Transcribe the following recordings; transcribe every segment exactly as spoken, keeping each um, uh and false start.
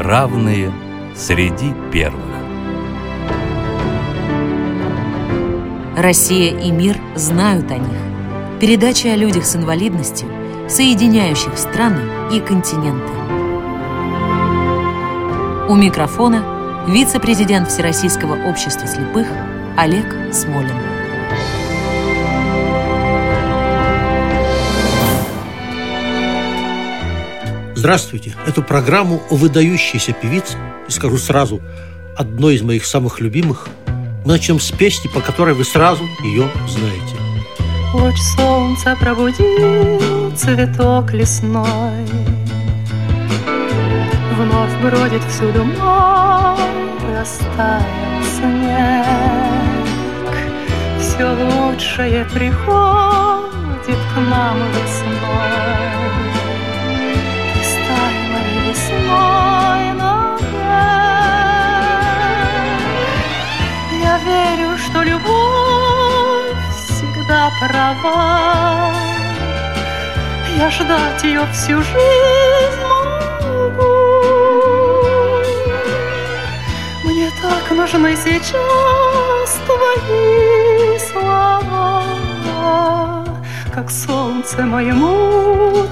равные среди первых. Россия и мир знают о них. Передача о людях с инвалидностью, соединяющих страны и континенты. У микрофона вице-президент Всероссийского общества слепых Олег Смолин. Здравствуйте! Эту программу о выдающейся певице, и скажу сразу, одной из моих самых любимых, мы начнем с песни, по которой вы сразу ее знаете. Луч солнца пробудил цветок лесной, вновь бродит всюду мой растаял снег. Все лучшее приходит к нам весной. Ты стала весной навек. Я верю, что любовь всегда права. Я ждать ее всю жизнь могу. Мне так нужны сейчас твои слова, как солнце моему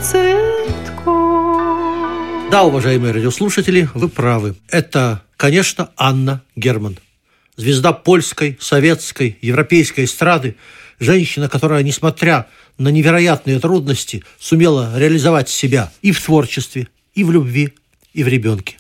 цветку. Да, уважаемые радиослушатели, вы правы. Это, конечно, Анна Герман. Звезда польской, советской, европейской эстрады. Женщина, которая, несмотря на невероятные трудности, сумела реализовать себя и в творчестве, и в любви, и в ребенке.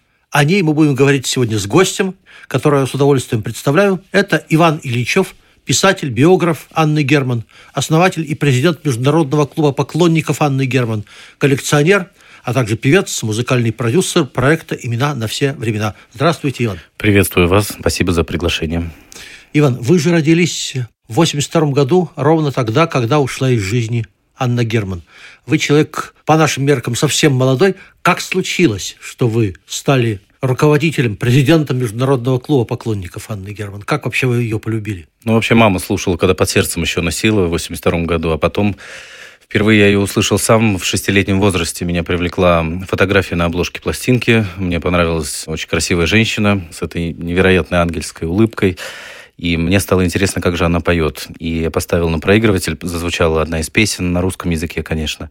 О ней мы будем говорить сегодня с гостем, которого я с удовольствием представляю. Это Иван Ильичев, писатель, биограф Анны Герман, основатель и президент Международного клуба поклонников Анны Герман, коллекционер, а также певец, музыкальный продюсер проекта «Имена на все времена». Здравствуйте, Иван. Приветствую вас. Спасибо за приглашение. Иван, вы же родились в восемьдесят втором году, ровно тогда, когда ушла из жизни Анна Герман. Вы человек, по нашим меркам, совсем молодой. Как случилось, что вы стали руководителем, президентом Международного клуба поклонников Анны Герман? Как вообще вы ее полюбили? Ну, вообще, мама слушала, когда под сердцем еще носила в восемьдесят втором году, а потом впервые я ее услышал сам в шестилетнем возрасте. Меня привлекла фотография на обложке пластинки. Мне понравилась очень красивая женщина с этой невероятной ангельской улыбкой. И мне стало интересно, как же она поет. И я поставил на проигрыватель, зазвучала одна из песен на русском языке, конечно.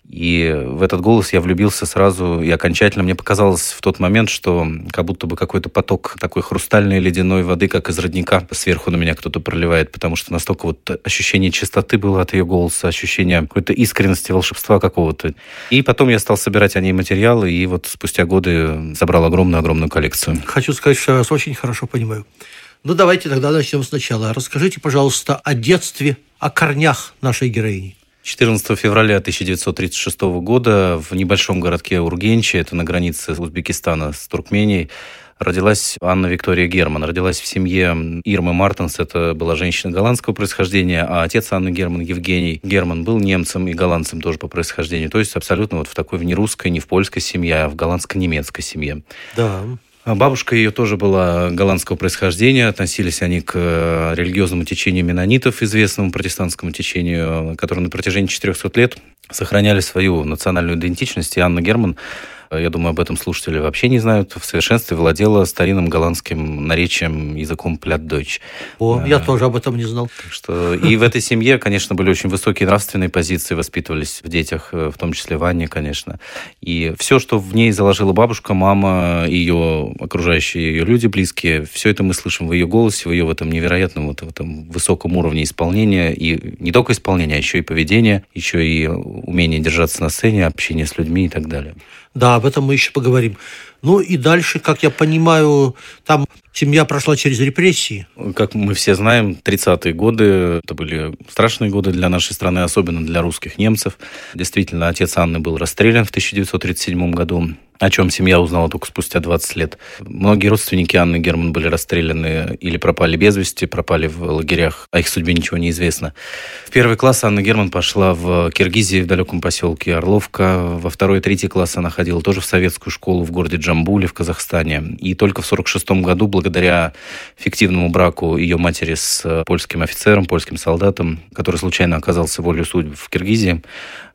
И в этот голос я влюбился сразу и окончательно. Мне показалось в тот момент, что как будто бы какой-то поток такой хрустальной ледяной воды, как из родника, сверху на меня кто-то проливает, потому что настолько вот ощущение чистоты было от ее голоса, ощущение какой-то искренности, волшебства какого-то. И потом я стал собирать о ней материалы, и вот спустя годы собрал огромную-огромную коллекцию. Хочу сказать, что я вас очень хорошо понимаю. Ну, давайте тогда начнем сначала. Расскажите, пожалуйста, о детстве, о корнях нашей героини. четырнадцатого февраля тысяча девятьсот тридцать шестого года в небольшом городке Ургенчи, это на границе Узбекистана с Туркменией, родилась Анна Виктория Герман. Родилась в семье Ирмы Мартенс, это была женщина голландского происхождения, а отец Анны Герман, Евгений Герман, был немцем и голландцем тоже по происхождению. То есть абсолютно вот в такой в не русской, не в польской семье, а в голландско-немецкой семье. Да. Бабушка ее тоже была голландского происхождения. Относились они к религиозному течению меннонитов, известному протестантскому течению, которое на протяжении четырехсот лет сохраняли свою национальную идентичность. И Анна Герман, я думаю, об этом слушатели вообще не знают, в совершенстве владела старинным голландским наречием, языком плятдойч. О, а, я тоже об этом не знал. Так что и в этой семье, конечно, были очень высокие нравственные позиции, воспитывались в детях, в том числе в Анне, конечно. И все, что в ней заложила бабушка, мама, ее окружающие ее люди близкие, все это мы слышим в ее голосе, в ее в этом невероятном, вот в этом высоком уровне исполнения. И не только исполнения, а еще и поведения, еще и умение держаться на сцене, общение с людьми и так далее. Да, об этом мы еще поговорим. Ну и дальше, как я понимаю, там семья прошла через репрессии. Как мы все знаем, тридцатые годы, это были страшные годы для нашей страны, особенно для русских немцев. Действительно, отец Анны был расстрелян в тысяча девятьсот тридцать седьмом году, о чем семья узнала только спустя двадцать лет. Многие родственники Анны Герман были расстреляны или пропали без вести, пропали в лагерях, о их судьбе ничего не известно. В первый класс Анна Герман пошла в Киргизии, в далеком поселке Орловка. Во второй и третий класс она ходила тоже в советскую школу в городе Джамбуле в Казахстане. И только в сорок шестом году, благодаря фиктивному браку ее матери с польским офицером, польским солдатом, который случайно оказался волею судеб в Киргизии,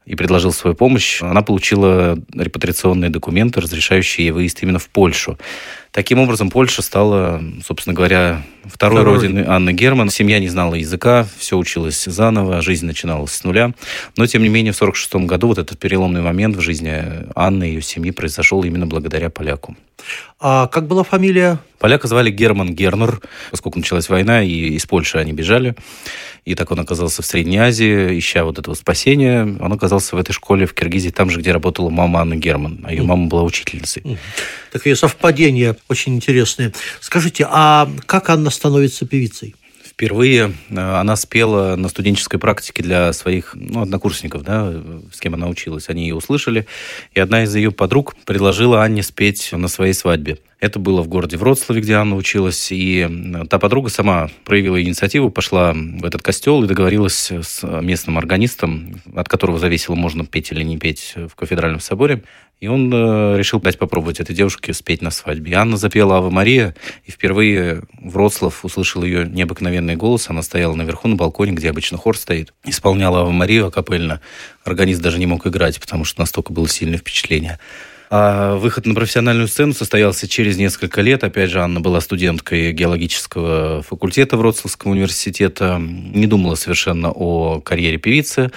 и предложил свою помощь, она получила репатриационные документы, разрешающие ей выезд именно в Польшу. Таким образом, Польша стала, собственно говоря, второй Второй. родиной Анны Герман. Семья не знала языка, все училось заново, жизнь начиналась с нуля. Но, тем не менее, в сорок шестом году вот этот переломный момент в жизни Анны и ее семьи произошел именно благодаря поляку. А как была фамилия? Поляка звали Герман Гернер, поскольку началась война, и из Польши они бежали. И так он оказался в Средней Азии, ища вот этого спасения. Он оказался в этой школе в Киргизии, там же, где работала мама Анны Герман. А ее мама была учительницей. Такие совпадения очень интересные. Скажите, а как Анна становится певицей? Впервые она спела на студенческой практике для своих ну, однокурсников, да, с кем она училась. Они ее услышали, и одна из ее подруг предложила Анне спеть на своей свадьбе. Это было в городе Вроцлаве, где Анна училась, и та подруга сама проявила инициативу, пошла в этот костел и договорилась с местным органистом, от которого зависело, можно петь или не петь в кафедральном соборе. И он э, решил дать попробовать этой девушке спеть на свадьбе. И Анна запела «Ава Мария», и впервые Вроцлав услышал ее необыкновенный голос. Она стояла наверху на балконе, где обычно хор стоит, исполняла «Ава Марию» акапельно. Органист даже не мог играть, потому что настолько было сильное впечатление. А выход на профессиональную сцену состоялся через несколько лет. Опять же, Анна была студенткой геологического факультета Вроцлавского университета, не думала совершенно о карьере певицы.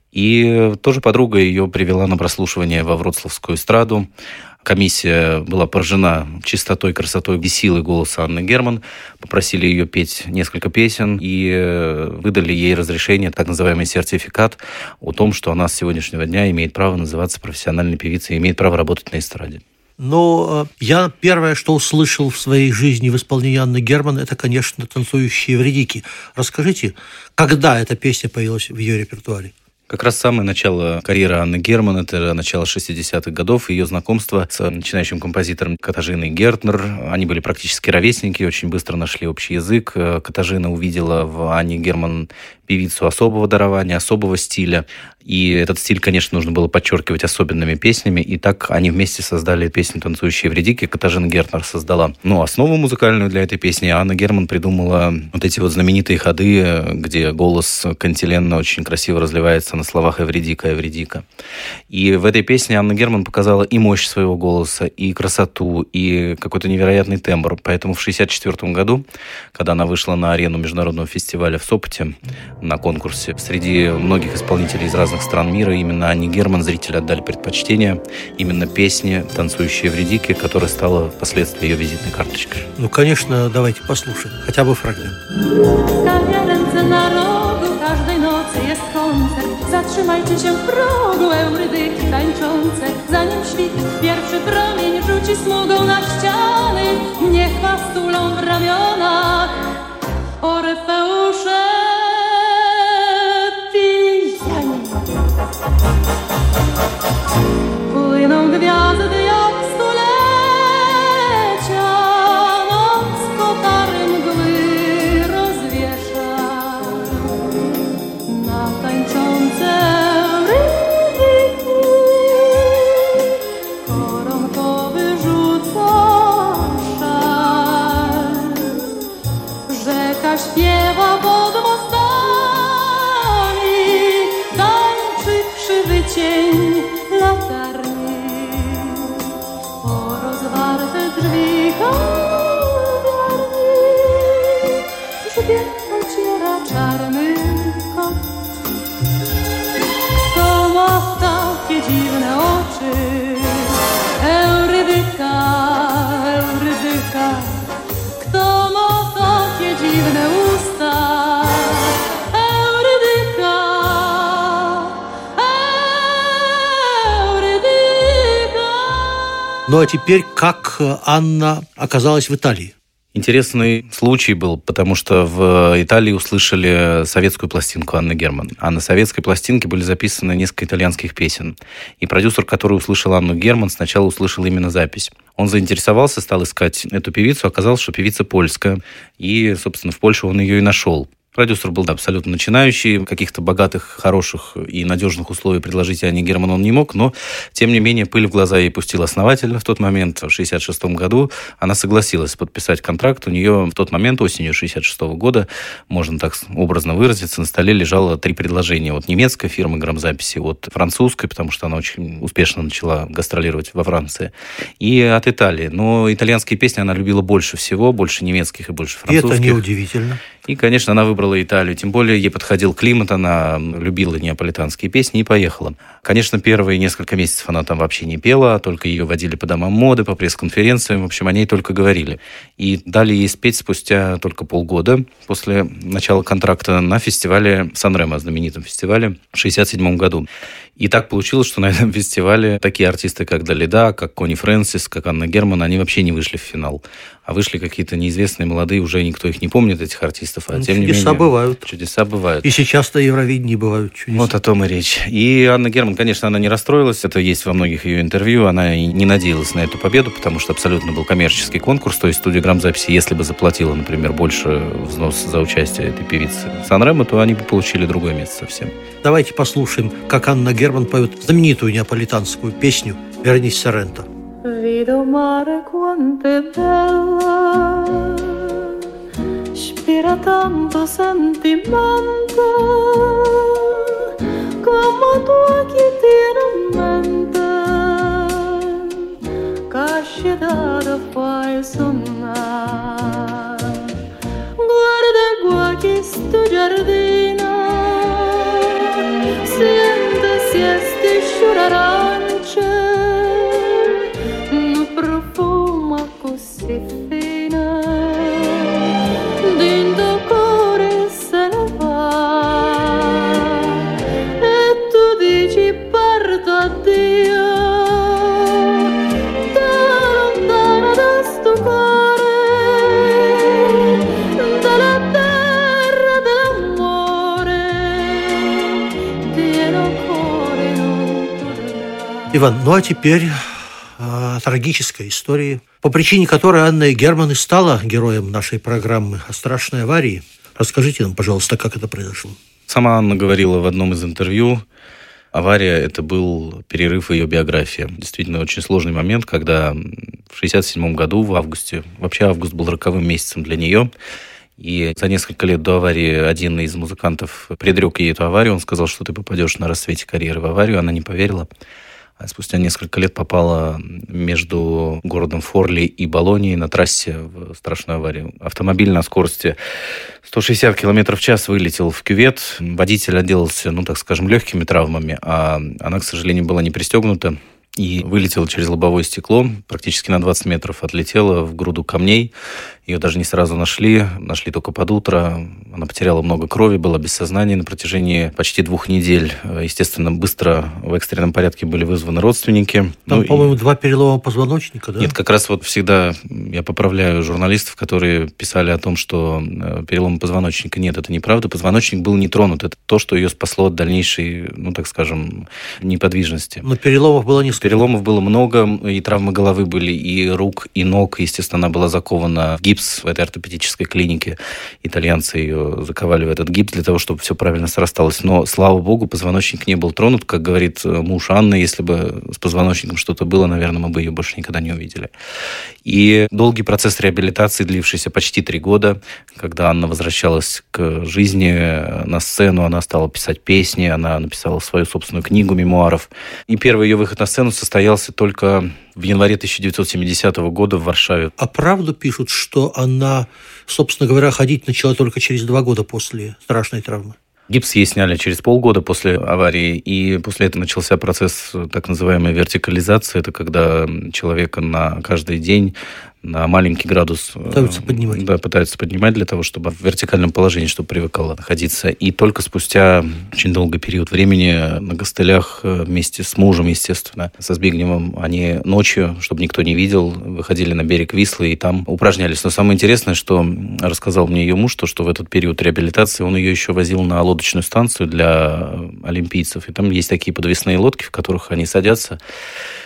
И тоже подруга ее привела на прослушивание во Вроцлавскую эстраду. Комиссия была поражена чистотой, красотой и силой голоса Анны Герман. Попросили ее петь несколько песен и выдали ей разрешение, так называемый сертификат, о том, что она с сегодняшнего дня имеет право называться профессиональной певицей и имеет право работать на эстраде. Но я первое, что услышал в своей жизни в исполнении Анны Герман, это, конечно, «Танцующие вредики». Расскажите, когда эта песня появилась в ее репертуаре? Как раз самое начало карьеры Анны Герман, это начало шестидесятых годов, ее знакомство с начинающим композитором Катажиной Гертнер. Они были практически ровесники, очень быстро нашли общий язык. Катажина увидела в Анне Герман певицу особого дарования, особого стиля. И этот стиль, конечно, нужно было подчеркивать особенными песнями. И так они вместе создали песню «Танцующие вредики». Катажина Гертнер создала ну, основу музыкальную для этой песни. А Анна Герман придумала вот эти вот знаменитые ходы, где голос кантиленно очень красиво разливается на словах «Эвредика, Эвредика». И в этой песне Анна Герман показала и мощь своего голоса, и красоту, и какой-то невероятный тембр. Поэтому в шестьдесят четвёртом году, когда она вышла на арену международного фестиваля в Сопоте на конкурсе, среди многих исполнителей из разных стран мира, именно Анне Герман зрители отдали предпочтение именно песне «Танцующие вредики», которая стала впоследствии ее визитной карточкой. Ну, конечно, давайте послушаем, хотя бы фрагмент. Każdej nocy jest koncert. Zatrzymajcie się w progu, eurydyki tańczące. Zanim świt pierwszy promień rzuci smugą na ściany, niech was tulą w ramionach Orfeusze pijani. Płyną gwiazdy jak stulecia, noc kotary mgły rozwiesza. Tańczące rydyki koronkowy rzuca szal. Rzeka śpiewa pod mostami, tańczy krzywy cień latarni. O rozwarte drzwi kawiarni grzbiet ociera czarny kot. Takie dziwne oczy, Eurydyka, Eurydyka. Kto ma takie dziwne usta, Eurydyka, Eurydyka. Ну, а теперь, как Анна оказалась в Италии? Интересный случай был, потому что в Италии услышали советскую пластинку Анны Герман. А на советской пластинке были записаны несколько итальянских песен. И продюсер, который услышал Анну Герман, сначала услышал именно запись. Он заинтересовался, стал искать эту певицу. Оказалось, что певица польская. И, собственно, в Польше он ее и нашел. Продюсер был абсолютно начинающий, каких-то богатых, хороших и надежных условий предложить Анне Герман он не мог, но, тем не менее, пыль в глаза ей пустил основательно в тот момент. В шестьдесят шестом году она согласилась подписать контракт. У нее в тот момент, осенью шестьдесят шестого года, можно так образно выразиться, на столе лежало три предложения от немецкой фирмы грамзаписи, от французской, потому что она очень успешно начала гастролировать во Франции, и от Италии. Но итальянские песни она любила больше всего, больше немецких и больше французских. И это неудивительно. И, конечно, она выбрала Италию, тем более ей подходил климат, она любила неаполитанские песни и поехала. Конечно, первые несколько месяцев она там вообще не пела, только ее водили по домам моды, по пресс-конференциям, в общем, о ней только говорили. И дали ей спеть спустя только полгода после начала контракта на фестивале Сан-Ремо, знаменитом фестивале, в шестьдесят седьмом году. И так получилось, что на этом фестивале такие артисты, как Далида, как Кони Фрэнсис, как Анна Герман, они вообще не вышли в финал. А вышли какие-то неизвестные молодые, уже никто их не помнит, этих артистов. А ну, тем чудеса не менее, бывают. Чудеса бывают. И сейчас на Евровидении бывают чудеса. Вот о том и речь. И Анна Герман, конечно, она не расстроилась. Это есть во многих ее интервью. Она и не надеялась на эту победу, потому что абсолютно был коммерческий конкурс. То есть студия грамзаписи, если бы заплатила, например, больше взнос за участие этой певицы в Сан-Ремо, то они бы получили другое место совсем. Давайте послушаем, как Анна Герман поет знаменитую неаполитанскую песню «Вернись, Соренто». Vedo mare quanto è bella, ispira tanto sentimento, come tu che tieni in mente, che da fai sonnare. Guarda qua che sto giardino, sente sieste sciurarance, profuma così fine, dentro cuore se ne va, e tu dici parto addio, da lontano da sto cuore, dalla terra dell'amore, pieno cuore non torna. Иван, ну а теперь о трагической истории, по причине которой Анна Герман и стала героем нашей программы о страшной аварии. Расскажите нам, пожалуйста, как это произошло. Сама Анна говорила в одном из интервью, авария – это был перерыв в ее биографии. Действительно, очень сложный момент, когда в шестьдесят седьмом году, в августе, вообще август был роковым месяцем для нее, и за несколько лет до аварии один из музыкантов предрек ей эту аварию, он сказал, что ты попадешь на рассвете карьеры в аварию, она не поверила. А спустя несколько лет попала между городом Форли и Болоньей на трассе в страшную аварию. Автомобиль на скорости сто шестьдесят километров в час вылетел в кювет. Водитель отделался, ну, так скажем, легкими травмами, а она, к сожалению, была не пристегнута и вылетела через лобовое стекло, практически на двадцать метров отлетела в груду камней. Ее даже не сразу нашли, нашли только под утро. Она потеряла много крови, была без сознания на протяжении почти двух недель. Естественно, быстро в экстренном порядке были вызваны родственники. Там, ну, по-моему, и... два перелома позвоночника, да? Нет, как раз вот всегда я поправляю журналистов, которые писали о том, что перелома позвоночника нет, это неправда. Позвоночник был не тронут. Это то, что ее спасло от дальнейшей, ну, так скажем, неподвижности. Но переломов было несколько. Переломов было много, и травмы головы были, и рук, и ног. Естественно, она была закована в гипс в этой ортопедической клинике. Итальянцы ее заковали в этот гипс для того, чтобы все правильно срасталось. Но, слава богу, позвоночник не был тронут. Как говорит муж Анны, если бы с позвоночником что-то было, наверное, мы бы ее больше никогда не увидели. И долгий процесс реабилитации, длившийся почти три года, когда Анна возвращалась к жизни на сцену, она стала писать песни, она написала свою собственную книгу мемуаров. И первый ее выход на сцену состоялся только в январе тысяча девятьсот семидесятого года в Варшаве. А правду пишут, что она, собственно говоря, ходить начала только через два года после страшной травмы? Гипс ей сняли через полгода после аварии, и после этого начался процесс так называемой вертикализации. Это когда человека на каждый день на маленький градус пытаются поднимать. Да, пытаются поднимать для того, чтобы в вертикальном положении, чтобы привыкало находиться. И только спустя очень долгий период времени на костылях вместе с мужем, естественно, со Збигневым, они ночью, чтобы никто не видел, выходили на берег Вислы и там упражнялись. Но самое интересное, что рассказал мне ее муж, то, что в этот период реабилитации он ее еще возил на лодочную станцию для олимпийцев. И там есть такие подвесные лодки, в которых они садятся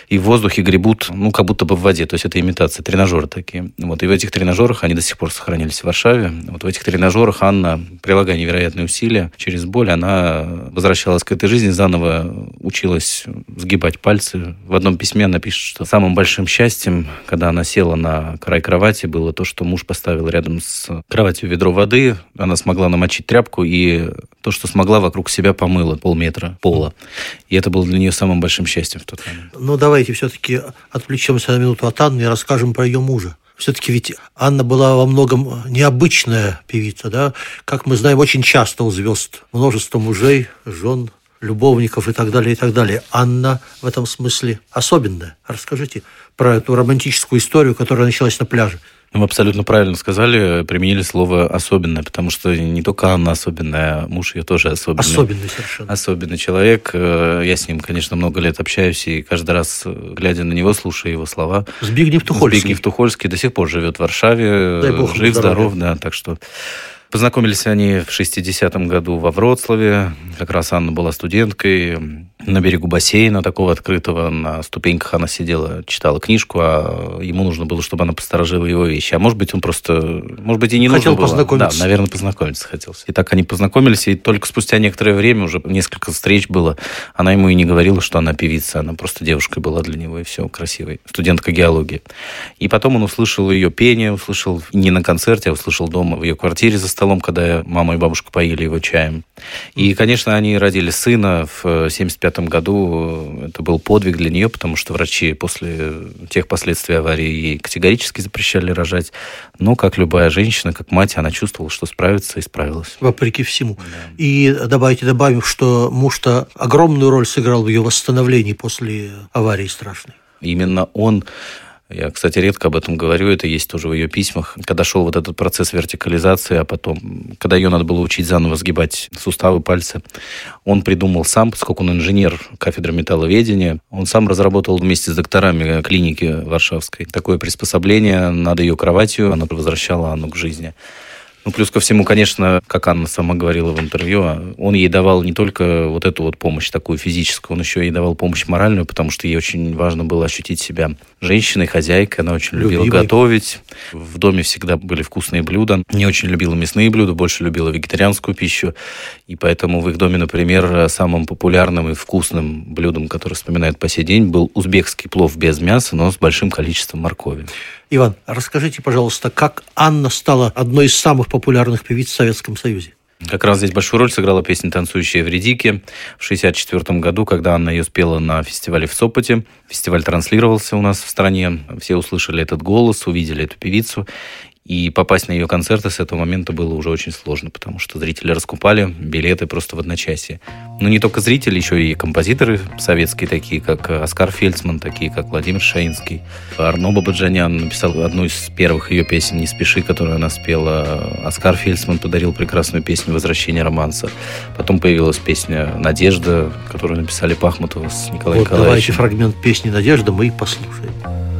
и в воздухе гребут, ну, как будто бы в воде. То есть это имитация, тренажеры такие. Вот. И в этих тренажерах, они до сих пор сохранились в Варшаве, вот в этих тренажерах Анна, прилагая невероятные усилия, через боль она возвращалась к этой жизни, заново училась сгибать пальцы. В одном письме она пишет, что самым большим счастьем, когда она села на край кровати, было то, что муж поставил рядом с кроватью ведро воды, она смогла намочить тряпку, и то, что смогла, вокруг себя помыла полметра пола. И это было для нее самым большим счастьем в тот момент. Ну, давайте все-таки отвлечемся на минуту от Анны и расскажем про ее мужа. Все-таки ведь Анна была во многом необычная певица, да? Как мы знаем, очень часто у звезд множество мужей, жен, любовников и так далее, и так далее. Анна в этом смысле особенная. Расскажите про эту романтическую историю, которая началась на пляже. Вы абсолютно правильно сказали, применили слово «особенное», потому что не только Анна особенная, муж ее тоже особенный. Особенный совершенно. Особенный человек. Я с ним, конечно, много лет общаюсь, и каждый раз, глядя на него, слушая его слова... Збигнев Тухольский. Збигнев Тухольский до сих пор живет в Варшаве, жив, здоров, да, так что... Познакомились они в шестидесятом году во Вроцлаве. Как раз Анна была студенткой. На берегу бассейна такого открытого. На ступеньках она сидела, читала книжку, а ему нужно было, чтобы она посторожила его вещи. А может быть, он просто... Может быть, и не хотел нужно было. познакомиться. Да, наверное, познакомиться хотелось. И так они познакомились, и только спустя некоторое время, уже несколько встреч было, она ему и не говорила, что она певица. Она просто девушкой была для него, и все, красивой. Студентка геологии. И потом он услышал ее пение, услышал не на концерте, а услышал дома в ее квартире за столом, когда мама и бабушка поили его чаем. И, конечно, они родили сына в семьдесят пятом году. Это был подвиг для нее, потому что врачи после тех последствий аварии ей категорически запрещали рожать. Но, как любая женщина, как мать, она чувствовала, что справится, и справилась. Вопреки всему. Да. И давайте добавим, что муж-то огромную роль сыграл в ее восстановлении после аварии страшной. Именно он... Я, кстати, редко об этом говорю, это есть тоже в ее письмах. Когда шел вот этот процесс вертикализации, а потом, когда ее надо было учить заново сгибать суставы, пальцы, он придумал сам, поскольку он инженер кафедры металловедения, он сам разработал вместе с докторами клиники варшавской такое приспособление над ее кроватью, оно возвращало Анну к жизни. Ну, плюс ко всему, конечно, как Анна сама говорила в интервью, он ей давал не только вот эту вот помощь, такую физическую, он еще ей давал помощь моральную, потому что ей очень важно было ощутить себя женщиной, хозяйкой. Она очень любила Любимой. готовить. В доме всегда были вкусные блюда. Не очень любила мясные блюда, больше любила вегетарианскую пищу. И поэтому в их доме, например, самым популярным и вкусным блюдом, которое вспоминают по сей день, был узбекский плов без мяса, но с большим количеством моркови. Иван, расскажите, пожалуйста, как Анна стала одной из самых популярных певиц в Советском Союзе? Как раз здесь большую роль сыграла песня «Танцующая Эвридики» в шестьдесят четвёртом году, когда Анна ее спела на фестивале в Сопоте. Фестиваль транслировался у нас в стране. Все услышали этот голос, увидели эту певицу. И попасть на ее концерты с этого момента было уже очень сложно, потому что зрители раскупали билеты просто в одночасье. Но не только зрители, еще и композиторы советские, такие как Оскар Фельдсман, такие как Владимир Шаинский. Арно Бабаджанян написал одну из первых ее песен «Не спеши», которую она спела. Оскар Фельдсман подарил прекрасную песню «Возвращение романса». Потом появилась песня «Надежда», которую написали Пахмутова с Николаем вот, Николаевичем. Давайте фрагмент песни «Надежда» мы и послушаем.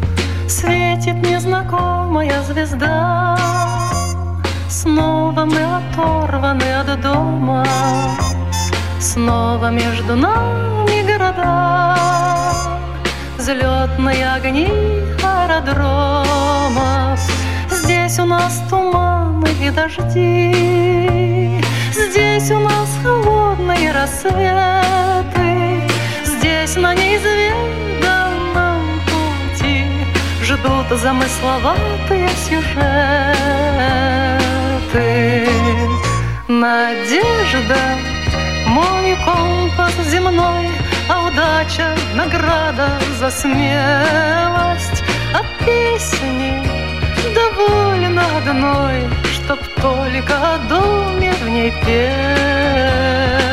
Светит незнакомая звезда, снова мы оторваны от дома, снова между нами города, взлетные огни аэродромов. Здесь у нас туманы и дожди, здесь у нас холодные рассветы, здесь на неизведанном пути ждут замысловатые сюжеты. Надежда, мой компас земной, а удача — награда за смелость. А песни довольно одной, чтоб только о доме в ней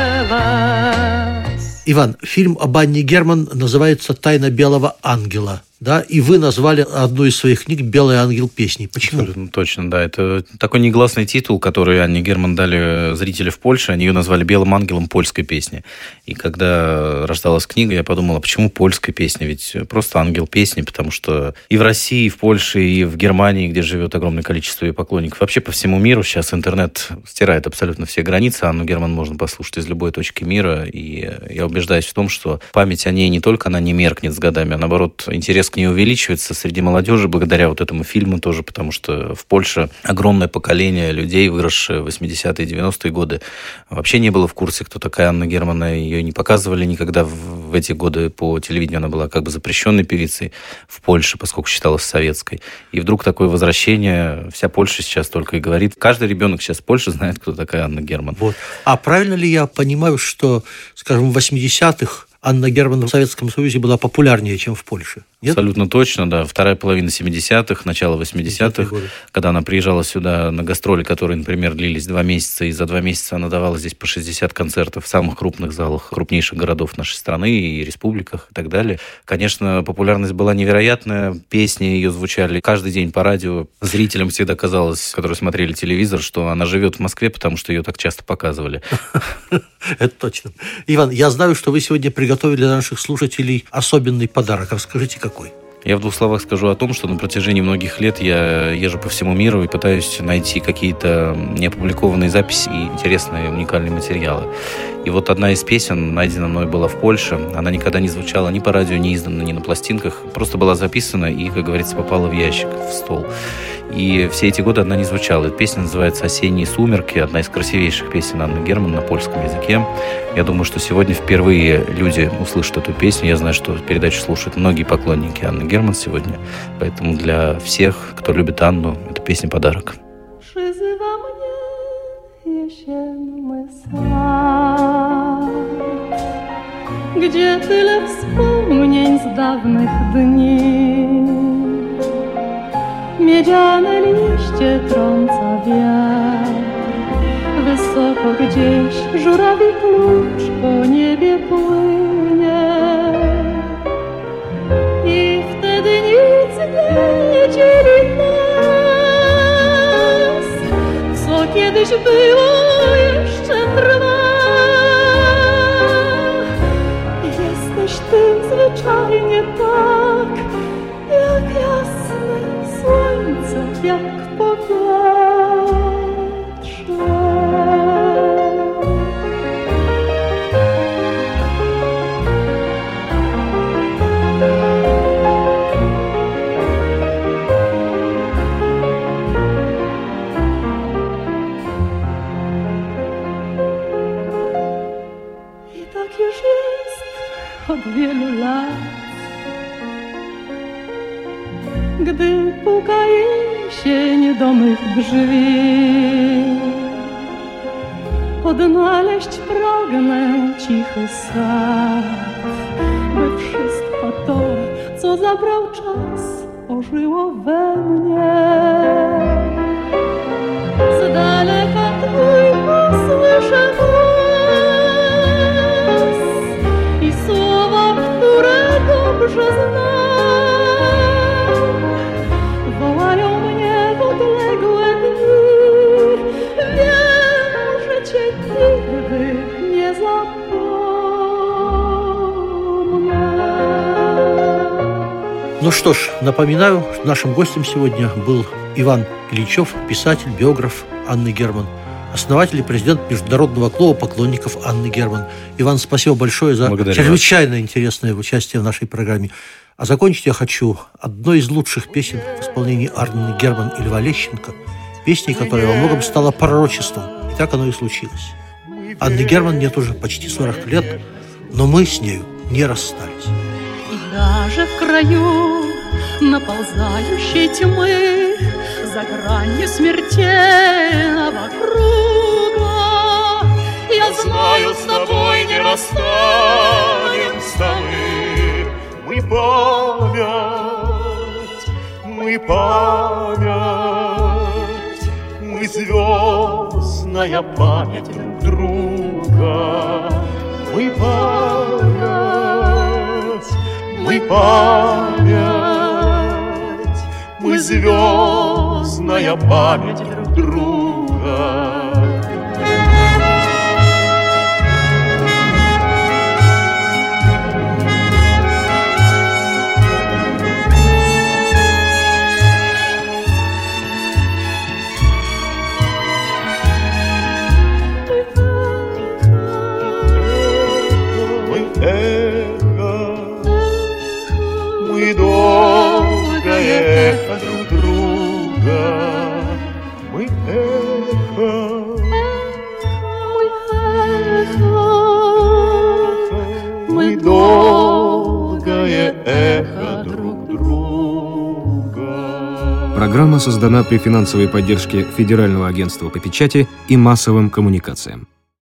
пелось. Иван, фильм об Анне Герман называется «Тайна белого ангела». Да, и вы назвали одну из своих книг «Белый ангел песни». Почему? Абсолютно точно, да. Это такой негласный титул, который Анне Герман дали зрители в Польше. Они ее назвали «Белым ангелом польской песни». И когда рождалась книга, я подумал, а почему польская песня? Ведь просто ангел песни, потому что и в России, и в Польше, и в Германии, где живет огромное количество ее поклонников, вообще по всему миру сейчас интернет стирает абсолютно все границы. Анну Герман можно послушать из любой точки мира. И я убеждаюсь в том, что память о ней не только она не меркнет с годами, а наоборот, интерес к ней увеличивается среди молодежи благодаря вот этому фильму тоже, потому что в Польше огромное поколение людей, выросшее в восьмидесятые и девяностые годы, вообще не было в курсе, кто такая Анна Герман. Ее не показывали никогда в эти годы по телевидению. Она была как бы запрещенной певицей в Польше, поскольку считалась советской. И вдруг такое возвращение, вся Польша сейчас только и говорит. Каждый ребенок сейчас в Польше знает, кто такая Анна Герман. Вот. А правильно ли я понимаю, что, скажем, в восьмидесятых Анна Герман в Советском Союзе была популярнее, чем в Польше? Нет? Абсолютно точно, да. Вторая половина семидесятых, начало восьмидесятых, когда она приезжала сюда на гастроли, которые, например, длились два месяца, и за два месяца она давала здесь по шестьдесят концертов в самых крупных залах крупнейших городов нашей страны и республиках и так далее. Конечно, популярность была невероятная, песни ее звучали каждый день по радио. Зрителям всегда казалось, которые смотрели телевизор, что она живет в Москве, потому что ее так часто показывали. Это точно. Иван, я знаю, что вы сегодня приготовили для наших слушателей особенный подарок. Расскажите, какой? Я в двух словах скажу о том, что на протяжении многих лет я езжу по всему миру и пытаюсь найти какие-то неопубликованные записи и интересные уникальные материалы. И вот одна из песен, найдена мной, была в Польше. Она никогда не звучала ни по радио, ни издана, ни на пластинках. Просто была записана и, как говорится, попала в ящик, в стол. И все эти годы она не звучала. Эта песня называется «Осенние сумерки», одна из красивейших песен Анны Герман на польском языке. Я думаю, что сегодня впервые люди услышат эту песню. Я знаю, что передачу слушают многие поклонники Анны Герман сегодня. Поэтому для всех, кто любит Анну, эта песня подарок. Przyzywa mnie jesienny sad, gdzie tyle wspomnień z dawnych dni. Miedziane liście trąca wiatr, wysoko gdzieś żurawi klucz po niebie płynie. I wtedy nic nie dzieli nas, co kiedyś było jeszcze trwa. Jesteś ty zwyczajnie tak, jak jasne słońce, jak powietrze. I tak już jest od wielu lat, gdy puka jesień do mych drzwi. Odnaleźć pragnę cichy sad, by wszystko to, co zabrał czas, ożyło we mnie. Z daleka twój posłyszę głos i słowa, które dobrze znam, wołają mnie w odległe dni. Wiem, że cię nigdy nie zapomnę. Ну что ж, напоминаю, нашим гостем сегодня был Иван Ильичев, писатель, биограф Анны Герман, основатель и президент Международного клуба поклонников Анны Герман. Иван, спасибо большое за Благодарю чрезвычайно вас. Интересное участие в нашей программе. А закончить я хочу одной из лучших песен в исполнении Анны Герман и Льва Лещенко, песней, которая во многом стала пророчеством. И так оно и случилось. Анны Герман нет уже почти сорок лет, но мы с нею не расстались. Даже в краю наползающей тьмы, за гранью смертельного круга, я знаю, с тобой не расстанемся мы. Мы память, мы память, мы звездная память друг друга. Мы память, мы память. мы звездная память друг друга. Мы долгое эхо друг друга, мы эхо, мы долгое эхо друг друга. Программа создана при финансовой поддержке Федерального агентства по печати и массовым коммуникациям.